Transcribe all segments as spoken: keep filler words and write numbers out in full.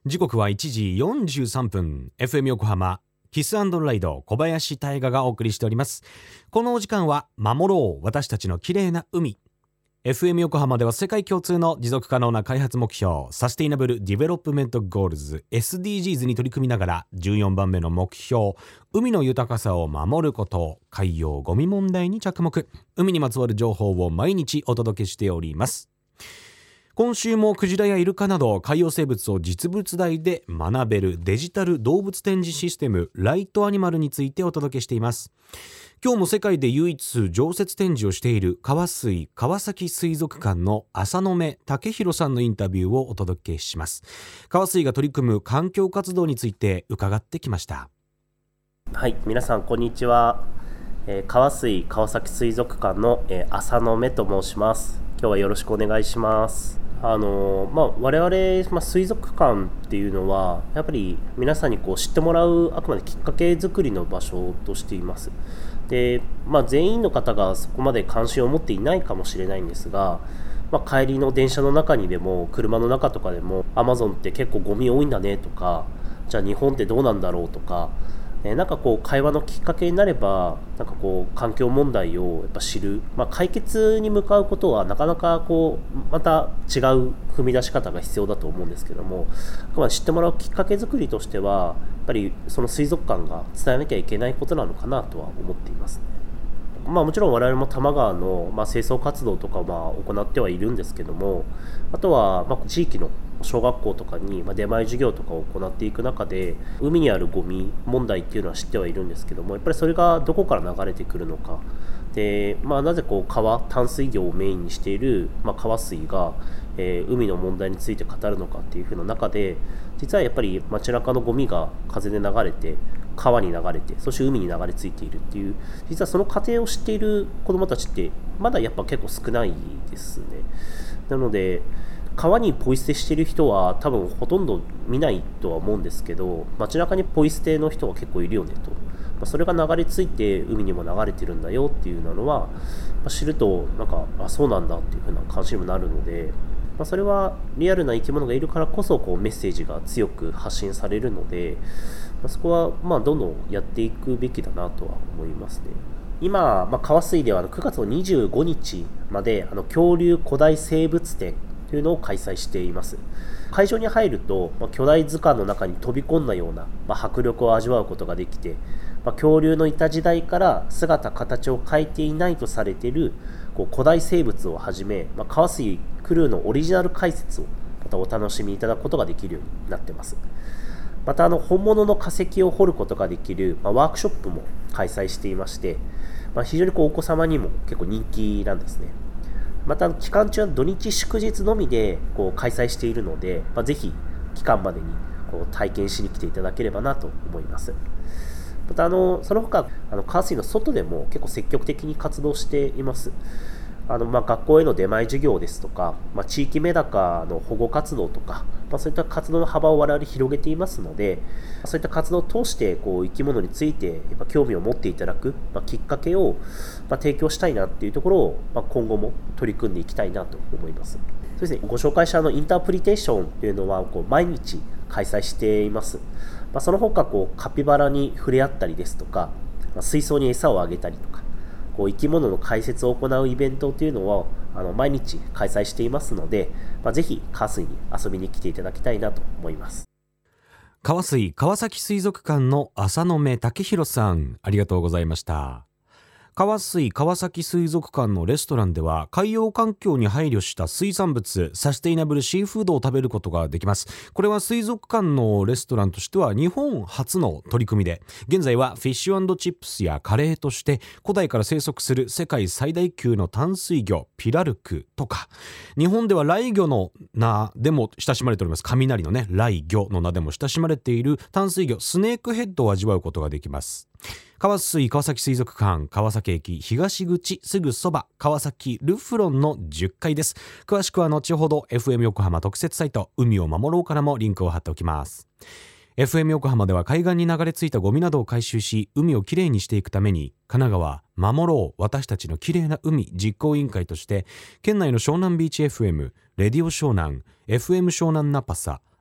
時刻はいちじよんじゅうさんぷん。 エフエム 横浜キス&ライド、小林大賀がお送りしております。このお時間は守ろう私たちの綺麗な海。 エフエム 横浜では世界共通の持続可能な開発目標サステイナブルディベロップメントゴールズ エスディージーズ に取り組みながら、じゅうよんばんめの目標、海の豊かさを守ること、海洋ゴミ問題に着目。海にまつわる情報を毎日お届けしております。今週もクジラやイルカなど海洋生物を実物大で学べるデジタル動物展示システムライトアニマルについてお届けしています。今日も世界で唯一常設展示をしている川水川崎水族館の浅野目武弘さんのインタビューをお届けします。川水が取り組む環境活動について伺ってきました。 はい、皆さんこんにちは。えー、川水川崎水族館の、えー、浅野目と申します。今日はよろしくお願いします。あのまあ、我々、まあ、水族館っていうのはやっぱり皆さんにこう知ってもらうあくまできっかけ作りの場所としています。で、まあ、全員の方がそこまで関心を持っていないかもしれないんですが、まあ、帰りの電車の中にでも車の中とかでもアマゾンって結構ゴミ多いんだねとか、じゃあ日本ってどうなんだろうとか、えー、なんかこう会話のきっかけになれば、なんかこう環境問題をやっぱ知る、まあ、解決に向かうことはなかなかこうまた違う踏み出し方が必要だと思うんですけども、まあ、知ってもらうきっかけ作りとしてはやっぱりその水族館が伝えなきゃいけないことなのかなとは思っていますね。まあ、もちろん我々も多摩川の、まあ、清掃活動とかまあ行ってはいるんですけども、あとはまあ地域の小学校とかに出前授業とかを行っていく中で、海にあるゴミ問題っていうのは知ってはいるんですけども、やっぱりそれがどこから流れてくるのかで、まあ、なぜこう川淡水魚をメインにしている、まあ、川水が、えー、海の問題について語るのかっていう風な中で、実はやっぱり街中のゴミが風で流れて川に流れて、そして海に流れ着いているっていう、実はその過程を知っている子どもたちってまだやっぱ結構少ないですね。なので川にポイ捨てしている人は多分ほとんど見ないとは思うんですけど、街中にポイ捨ての人は結構いるよねと、まあ、それが流れ着いて海にも流れてるんだよっていうのは、まあ、知るとなんかあそうなんだっていう風な関心にもなるので、まあ、それはリアルな生き物がいるからこそこうメッセージが強く発信されるので、まあ、そこはまあどんどんやっていくべきだなとは思いますね。今、まあ、川水ではくがつのにじゅうごにちまであの恐竜古代生物展というのを開催しています。会場に入ると、まあ、巨大図鑑の中に飛び込んだような、まあ、迫力を味わうことができて、まあ、恐竜のいた時代から姿形を変えていないとされているこう古代生物をはじめ、まあ、川水クルーのオリジナル解説をまたお楽しみいただくことができるようになっています。またあの本物の化石を掘ることができる、まあ、ワークショップも開催していまして、まあ、非常にこうお子様にも結構人気なんですね。また期間中は土日祝日のみでこう開催しているので、まあ、ぜひ期間までにこう体験しに来ていただければなと思います。またあのその他あの川水の外でも結構積極的に活動しています。あのまあ学校への出前授業ですとか、まあ、地域メダカの保護活動とか、まあ、そういった活動の幅を我々広げていますので、そういった活動を通してこう生き物についてやっぱ興味を持っていただく、まあ、きっかけをまあ提供したいなっていうところを、まあ、今後も取り組んでいきたいなと思います。そうですね、ご紹介したあのインタープリテーションというのはこう毎日開催しています。まあ、その他こうカピバラに触れ合ったりですとか、まあ、水槽に餌をあげたりとか、こう生き物の解説を行うイベントというのをあの毎日開催していますので、まあ、ぜひ川水に遊びに来ていただきたいなと思います。 川水川崎水族館の浅野目武弘さん、ありがとうございました。川水川崎水族館のレストランでは海洋環境に配慮した水産物サステイナブルシーフードを食べることができます。これは水族館のレストランとしては日本初の取り組みで、現在はフィッシュ&チップスやカレーとして古代から生息する世界最大級の淡水魚ピラルクとか、日本では雷魚の名でも親しまれております雷のね雷魚の名でも親しまれている淡水魚スネークヘッドを味わうことができます。川水川崎水族館川崎駅東口すぐそば川崎ルフロンのじゅっかいです。詳しくは後ほど エフエム 横浜特設サイト海を守ろうからもリンクを貼っておきます。 エフエム 横浜では海岸に流れ着いたゴミなどを回収し海をきれいにしていくために、神奈川守ろう私たちのきれいな海実行委員会として県内の湘南ビーチ エフエム、 レディオ湘南、 エフエム 湘南ナパサ、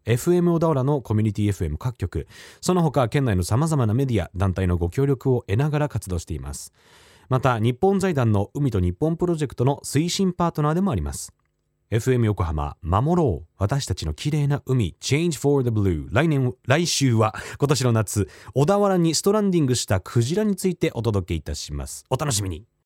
エフエム 小田原のコミュニティ エフエム 各局、その他県内のさまざまなメディア団体のご協力を得ながら活動しています。また日本財団の海と日本プロジェクトの推進パートナーでもあります。 エフエム 横浜守ろう私たちの綺麗な海 Change for the Blue。 来年来週は今年の夏小田原にストランディングしたクジラについてお届けいたします。お楽しみに。